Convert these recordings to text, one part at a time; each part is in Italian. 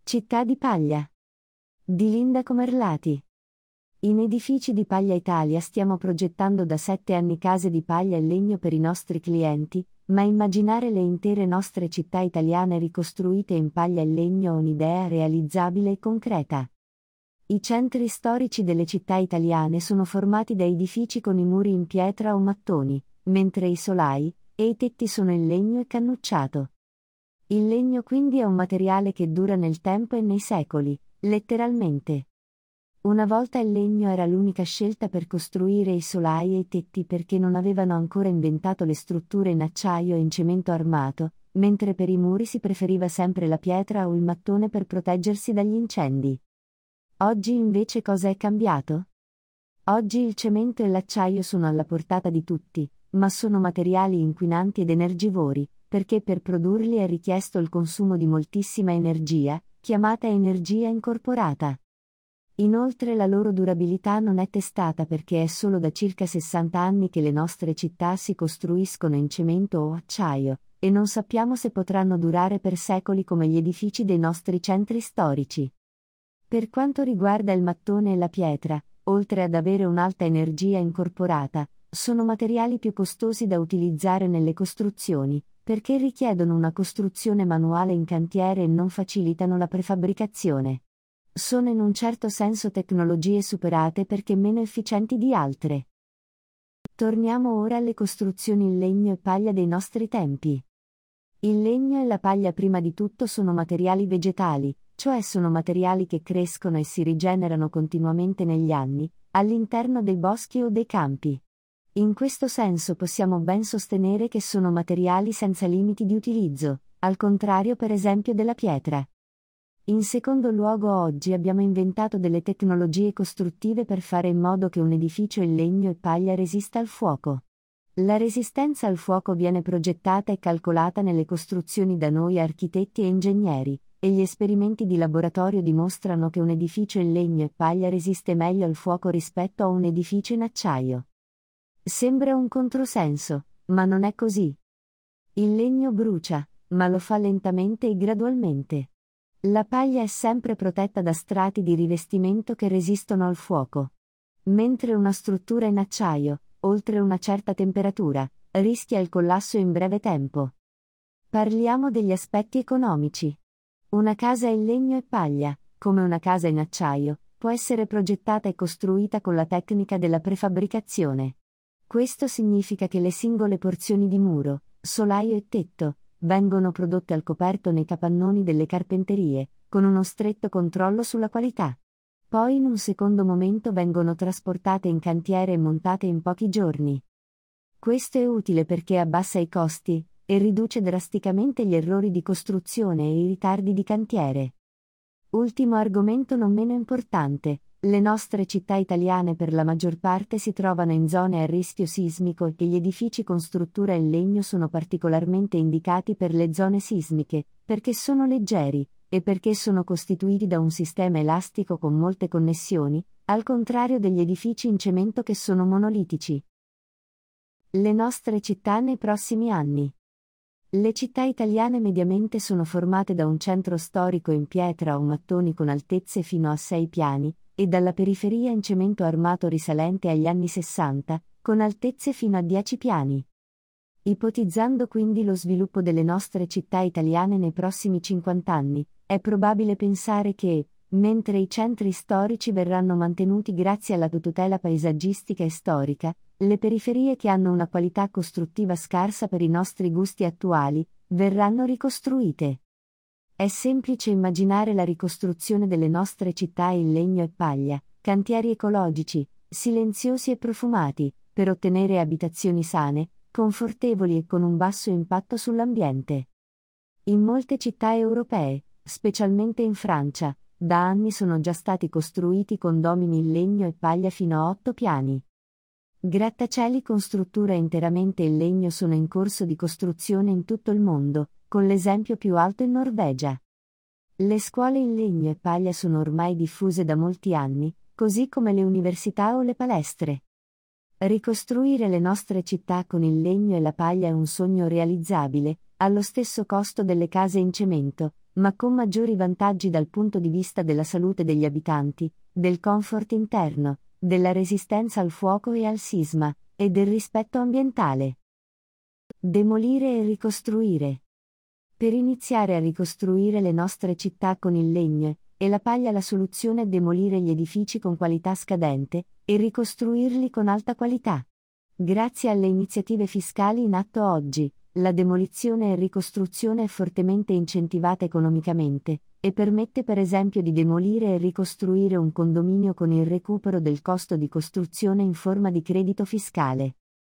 Città di paglia. Di Linda Comerlati. In Edifici di Paglia Italia stiamo progettando da 7 anni case di paglia e legno per i nostri clienti, ma immaginare le intere nostre città italiane ricostruite in paglia e legno è un'idea realizzabile e concreta. I centri storici delle città italiane sono formati da edifici con i muri in pietra o mattoni, mentre i solai e i tetti sono in legno e cannucciato. Il legno quindi è un materiale che dura nel tempo e nei secoli, letteralmente. Una volta il legno era l'unica scelta per costruire i solai e i tetti perché non avevano ancora inventato le strutture in acciaio e in cemento armato, mentre per i muri si preferiva sempre la pietra o il mattone per proteggersi dagli incendi. Oggi invece cosa è cambiato? Oggi il cemento e l'acciaio sono alla portata di tutti, ma sono materiali inquinanti ed energivori, perché per produrli è richiesto il consumo di moltissima energia, chiamata energia incorporata. Inoltre la loro durabilità non è testata perché è solo da circa 60 anni che le nostre città si costruiscono in cemento o acciaio, e non sappiamo se potranno durare per secoli come gli edifici dei nostri centri storici. Per quanto riguarda il mattone e la pietra, oltre ad avere un'alta energia incorporata, sono materiali più costosi da utilizzare nelle costruzioni, perché richiedono una costruzione manuale in cantiere e non facilitano la prefabbricazione. Sono in un certo senso tecnologie superate perché meno efficienti di altre. Torniamo ora alle costruzioni in legno e paglia dei nostri tempi. Il legno e la paglia prima di tutto sono materiali vegetali, cioè sono materiali che crescono e si rigenerano continuamente negli anni, all'interno dei boschi o dei campi. In questo senso possiamo ben sostenere che sono materiali senza limiti di utilizzo, al contrario per esempio della pietra. In secondo luogo oggi abbiamo inventato delle tecnologie costruttive per fare in modo che un edificio in legno e paglia resista al fuoco. La resistenza al fuoco viene progettata e calcolata nelle costruzioni da noi architetti e ingegneri, e gli esperimenti di laboratorio dimostrano che un edificio in legno e paglia resiste meglio al fuoco rispetto a un edificio in acciaio. Sembra un controsenso, ma non è così. Il legno brucia, ma lo fa lentamente e gradualmente. La paglia è sempre protetta da strati di rivestimento che resistono al fuoco. Mentre una struttura in acciaio, oltre una certa temperatura, rischia il collasso in breve tempo. Parliamo degli aspetti economici. Una casa in legno e paglia, come una casa in acciaio, può essere progettata e costruita con la tecnica della prefabbricazione. Questo significa che le singole porzioni di muro, solaio e tetto, vengono prodotte al coperto nei capannoni delle carpenterie, con uno stretto controllo sulla qualità. Poi in un secondo momento vengono trasportate in cantiere e montate in pochi giorni. Questo è utile perché abbassa i costi e riduce drasticamente gli errori di costruzione e i ritardi di cantiere. Ultimo argomento non meno importante. Le nostre città italiane per la maggior parte si trovano in zone a rischio sismico e gli edifici con struttura in legno sono particolarmente indicati per le zone sismiche, perché sono leggeri, e perché sono costituiti da un sistema elastico con molte connessioni, al contrario degli edifici in cemento che sono monolitici. Le nostre città nei prossimi anni. Le città italiane mediamente sono formate da un centro storico in pietra o mattoni con altezze fino a 6 piani, e dalla periferia in cemento armato risalente agli anni 60, con altezze fino a 10 piani. Ipotizzando quindi lo sviluppo delle nostre città italiane nei prossimi 50 anni, è probabile pensare che, mentre i centri storici verranno mantenuti grazie alla tutela paesaggistica e storica, le periferie che hanno una qualità costruttiva scarsa per i nostri gusti attuali, verranno ricostruite. È semplice immaginare la ricostruzione delle nostre città in legno e paglia, cantieri ecologici, silenziosi e profumati, per ottenere abitazioni sane, confortevoli e con un basso impatto sull'ambiente. In molte città europee, specialmente in Francia, da anni sono già stati costruiti condomini in legno e paglia fino a 8 piani. Grattacieli con struttura interamente in legno sono in corso di costruzione in tutto il mondo, con l'esempio più alto in Norvegia. Le scuole in legno e paglia sono ormai diffuse da molti anni, così come le università o le palestre. Ricostruire le nostre città con il legno e la paglia è un sogno realizzabile, allo stesso costo delle case in cemento, ma con maggiori vantaggi dal punto di vista della salute degli abitanti, del comfort interno, della resistenza al fuoco e al sisma, e del rispetto ambientale. Demolire e ricostruire. Per iniziare a ricostruire le nostre città con il legno e la paglia, la soluzione è demolire gli edifici con qualità scadente e ricostruirli con alta qualità. Grazie alle iniziative fiscali in atto oggi, la demolizione e ricostruzione è fortemente incentivata economicamente, e permette per esempio di demolire e ricostruire un condominio con il recupero del costo di costruzione in forma di credito fiscale.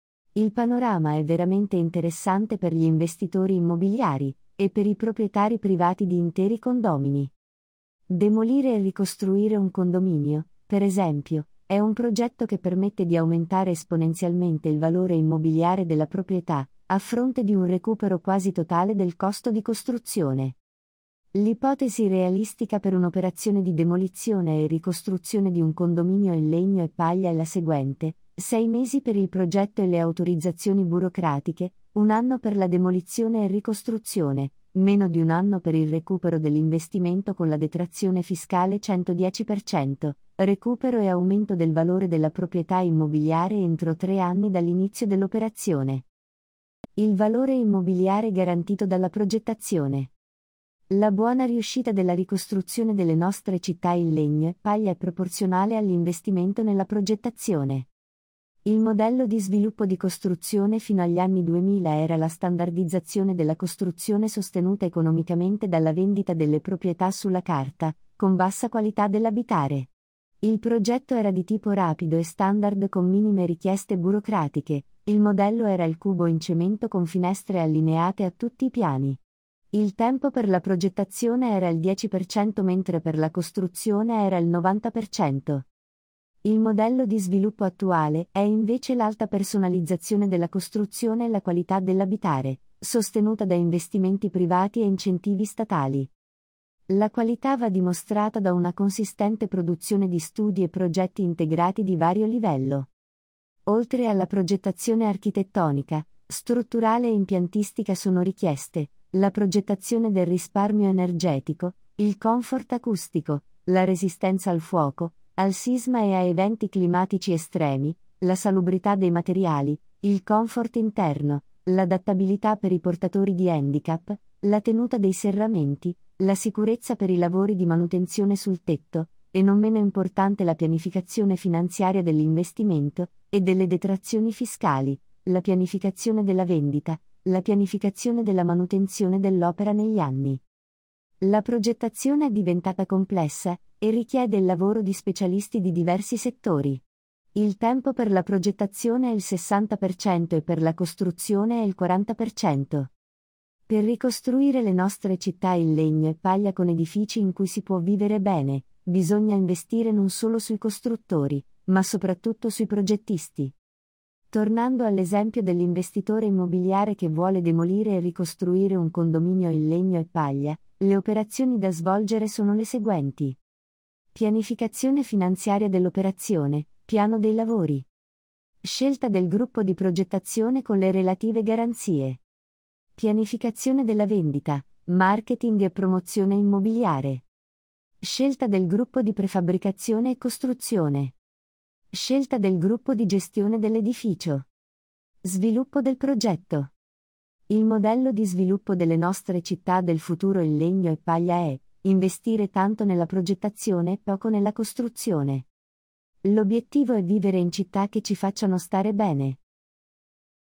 Il panorama è veramente interessante per gli investitori immobiliari e per i proprietari privati di interi condomini. Demolire e ricostruire un condominio, per esempio, è un progetto che permette di aumentare esponenzialmente il valore immobiliare della proprietà, a fronte di un recupero quasi totale del costo di costruzione. L'ipotesi realistica per un'operazione di demolizione e ricostruzione di un condominio in legno e paglia è la seguente: 6 mesi per il progetto e le autorizzazioni burocratiche, 1 anno per la demolizione e ricostruzione, meno di 1 anno per il recupero dell'investimento con la detrazione fiscale 110%, recupero e aumento del valore della proprietà immobiliare entro 3 anni dall'inizio dell'operazione. Il valore immobiliare garantito dalla progettazione. La buona riuscita della ricostruzione delle nostre città in legno e paglia è proporzionale all'investimento nella progettazione. Il modello di sviluppo di costruzione fino agli anni 2000 era la standardizzazione della costruzione sostenuta economicamente dalla vendita delle proprietà sulla carta, con bassa qualità dell'abitare. Il progetto era di tipo rapido e standard con minime richieste burocratiche, il modello era il cubo in cemento con finestre allineate a tutti i piani. Il tempo per la progettazione era il 10% mentre per la costruzione era il 90%. Il modello di sviluppo attuale è invece l'alta personalizzazione della costruzione e la qualità dell'abitare, sostenuta da investimenti privati e incentivi statali. La qualità va dimostrata da una consistente produzione di studi e progetti integrati di vario livello. Oltre alla progettazione architettonica, strutturale e impiantistica sono richieste la progettazione del risparmio energetico, il comfort acustico, la resistenza al fuoco, al sisma e a eventi climatici estremi, la salubrità dei materiali, il comfort interno, l'adattabilità per i portatori di handicap, la tenuta dei serramenti, la sicurezza per i lavori di manutenzione sul tetto, e non meno importante la pianificazione finanziaria dell'investimento e delle detrazioni fiscali, la pianificazione della vendita, la pianificazione della manutenzione dell'opera negli anni. La progettazione è diventata complessa e richiede il lavoro di specialisti di diversi settori. Il tempo per la progettazione è il 60% e per la costruzione è il 40%. Per ricostruire le nostre città in legno e paglia con edifici in cui si può vivere bene, bisogna investire non solo sui costruttori, ma soprattutto sui progettisti. Tornando all'esempio dell'investitore immobiliare che vuole demolire e ricostruire un condominio in legno e paglia, le operazioni da svolgere sono le seguenti. Pianificazione finanziaria dell'operazione, piano dei lavori. Scelta del gruppo di progettazione con le relative garanzie. Pianificazione della vendita, marketing e promozione immobiliare. Scelta del gruppo di prefabbricazione e costruzione. Scelta del gruppo di gestione dell'edificio. Sviluppo del progetto. Il modello di sviluppo delle nostre città del futuro in legno e paglia è investire tanto nella progettazione e poco nella costruzione. L'obiettivo è vivere in città che ci facciano stare bene.